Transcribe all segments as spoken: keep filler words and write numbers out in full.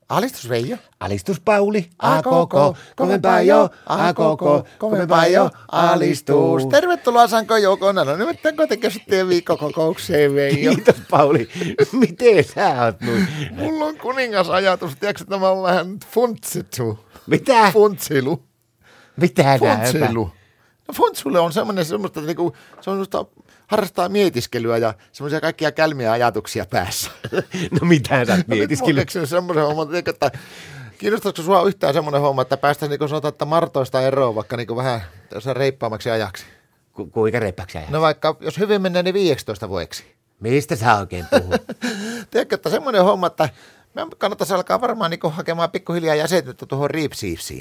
Alistus Veijo. Alistus Pauli, a koko, kovempaa jo, a koko, kovempaa jo, alistus. Tervetuloa Sanko Joukona, no nimittäin kuitenkin sitten viikkokokoukseen Veijo. Kiitos Pauli, miten sä oot noin? Mulla on kuningasajatus, tiedätkö, että mä oon vähän funtsitu. Mitä? Funtsilu. Mitä nää? Funtsilu. No funtsulle on semmoinen semmoista, että niinku, se on semmoista, harrastaa mietiskelyä ja semmoisia kaikkia kälmiä ajatuksia päässä. No mitä sä oot mietiskellyt? Mä keksin semmoisen homman, että kiinnostaisiko sua yhtään semmoinen homma, että päästään niin kuin sanotaan, että Martoista eroon vaikka niin kuin vähän reippaamaksi ajaksi? Ku, kuinka reippaksi ajaksi? No vaikka, jos hyvin menee, niin viisitoista vuodeksi. Mistä sä oikein puhut? Tiedätkö, että semmoinen homma, että meidän kannattaisi alkaa varmaan niin kuin hakemaan pikkuhiljaa jäsenyyttä tuohon Riipsiipsiin.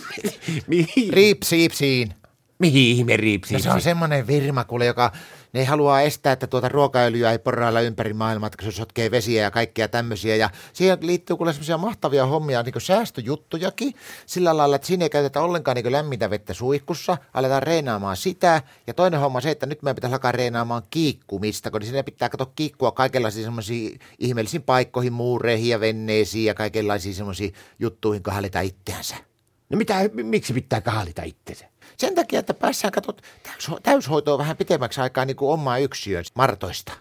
Mihin? Riipsiipsiin. Mihin ihme Riipsiipsiin? No se on semmoinen firma, kuule, joka ne haluaa estää, että tuota ruokaöljyä ei porailla ympäri maailmaa, että se sotkee vesiä ja kaikkea tämmöisiä. Ja siihen liittyy kuule semmoisia mahtavia hommia, niin kuin säästöjuttujakin, sillä lailla, että siinä ei käytetä ollenkaan niin kuin lämmintä vettä suihkussa, aletaan reenaamaan sitä. Ja toinen homma se, että nyt meidän pitäisi alkaa reenaamaan kiikkumista, kun siinä pitää katsoa kiikkua kaikenlaisiin semmoisiin ihmeellisiin paikkoihin, muureihin ja venneisiin ja kaikenlaisiin semmoisiin juttuihin, kun hallitaan itseänsä. No mitä, miksi pitää kahlita itsensä? Sen takia, että päässään katsot täys, täyshoitoa vähän pitemmäksi aikaa niin kuin omaa yksiöön Martoista.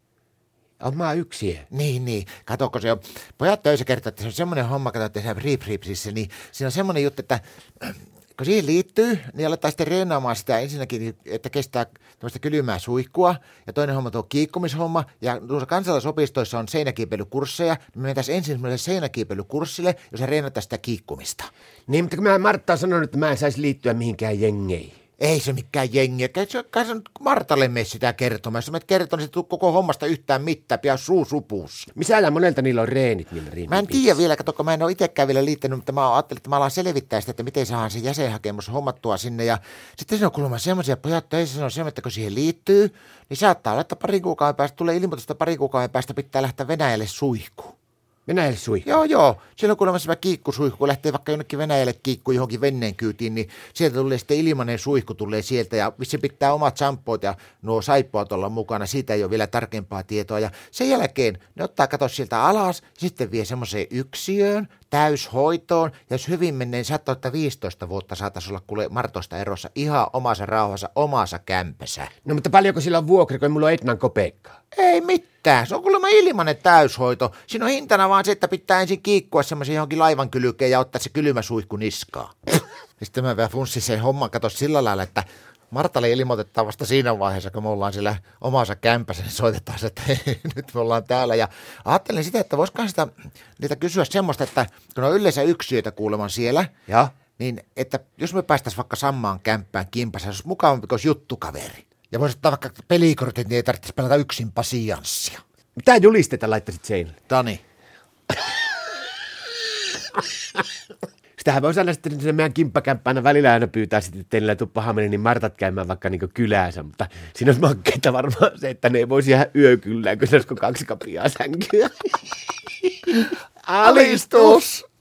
Omaa yksiö? Niin, niin. Kato, kun se on, pojat töissä kertoo, että se on semmoinen homma, kato, että se Riip-Riipsissä, niin siinä on semmoinen juttu, että kun siihen liittyy, niin aletaan sitten reenaamaan sitä ensinnäkin, että kestää tämmöistä kylmää suihkua, ja toinen homma tuo kiikkumishomma, ja tuossa kansalaisopistoissa on seinäkiipeilykursseja, niin me mentäisiin ensin semmoiselle seinäkiipeilykurssille, jossa reenataan sitä kiikkumista. Niin, mutta kun mä Martta on sanonut, että mä en saisi liittyä mihinkään jengeihin. Ei se mikään jengi. Kai sä nyt Martalle mene sitä kertomaan. Jos sä menet kertomaan, niin se tuu koko hommasta yhtään mitään, pian suu supuus. Missä älä monelta niillä on reenit niillä riippuu. Mä en tiedä vielä, kato, kun mä en ole itsekään vielä liittänyt, mutta mä ajattelin, että mä alan selvittää sitä, että miten saadaan se jäsenhakemus hommattua sinne. Ja sitten siinä on kuulemma semmoisia pojat töissä, se on semmoinen, että kun siihen liittyy, niin saattaa olla, että parin kuukauden päästä tulee ilmoitusta, parin kuukauden päästä pitää lähteä Venäjälle suihkuun. Venäjälle suihku? Joo, joo. Siellä on kuulemma semmoinen kiikkusuihku, kun lähtee vaikka jonnekin Venäjälle kiikkuun johonkin veneen kyytiin, niin sieltä tulee sitten ilmainen suihku tulee sieltä ja se pitää omat shampoot ja nuo saippuat olla mukana, siitä ei ole vielä tarkempaa tietoa. Ja sen jälkeen ne ottaa kato sieltä alas ja sitten vie semmoiseen yksiöön, täyshoitoon, ja jos hyvin menee, niin saattaa, että viisitoista vuotta saataisiin olla kuule Martoista erossa ihan omassa rauhassa, omassa kämpässä. No mutta paljonko sillä on vuokri, kun ei mulla ole etnan kopeekkaa? Ei mitään, se on kuulemma ilmainen täyshoito. Siinä on hintana vaan se, että pitää ensin kiikkua semmoisen johonkin laivan kylkeen ja ottaa se kylmä suihku niskaa. Sitten mä vielä funssin sen homman, kato sillä lailla, että Martalle ilmoitetaan vasta siinä vaiheessa, kun me ollaan siellä omassa kämpässä, niin soitetaan se, että hei, nyt me ollaan täällä. Ja ajattelin sitä, että voisikohan sitä niitä kysyä semmoista, että kun on yleensä yksiöitä kuuleman siellä, ja? Niin että jos me päästäisiin vaikka samaan kämppään kimpassa, se olisi mukavampi kuin juttukaveri. Ja voisi ottaa vaikka pelikortit, niin ei tarvitsisi pelata yksin pasianssia. Mitä julisteita laittaisit seinälle? Tani. Sitähän voisi aina sitten sinne meidän kimppakämppään välillä aina pyytää sitten, että teillä tuu paha meni, niin Martat käymään vaikka niin kylänsä, mutta siinä olisi makkeita varmaan se, että ne ei voisi jäädä yökyllään, kun se olisiko kaksi kapiaa sänkyä. Alistus!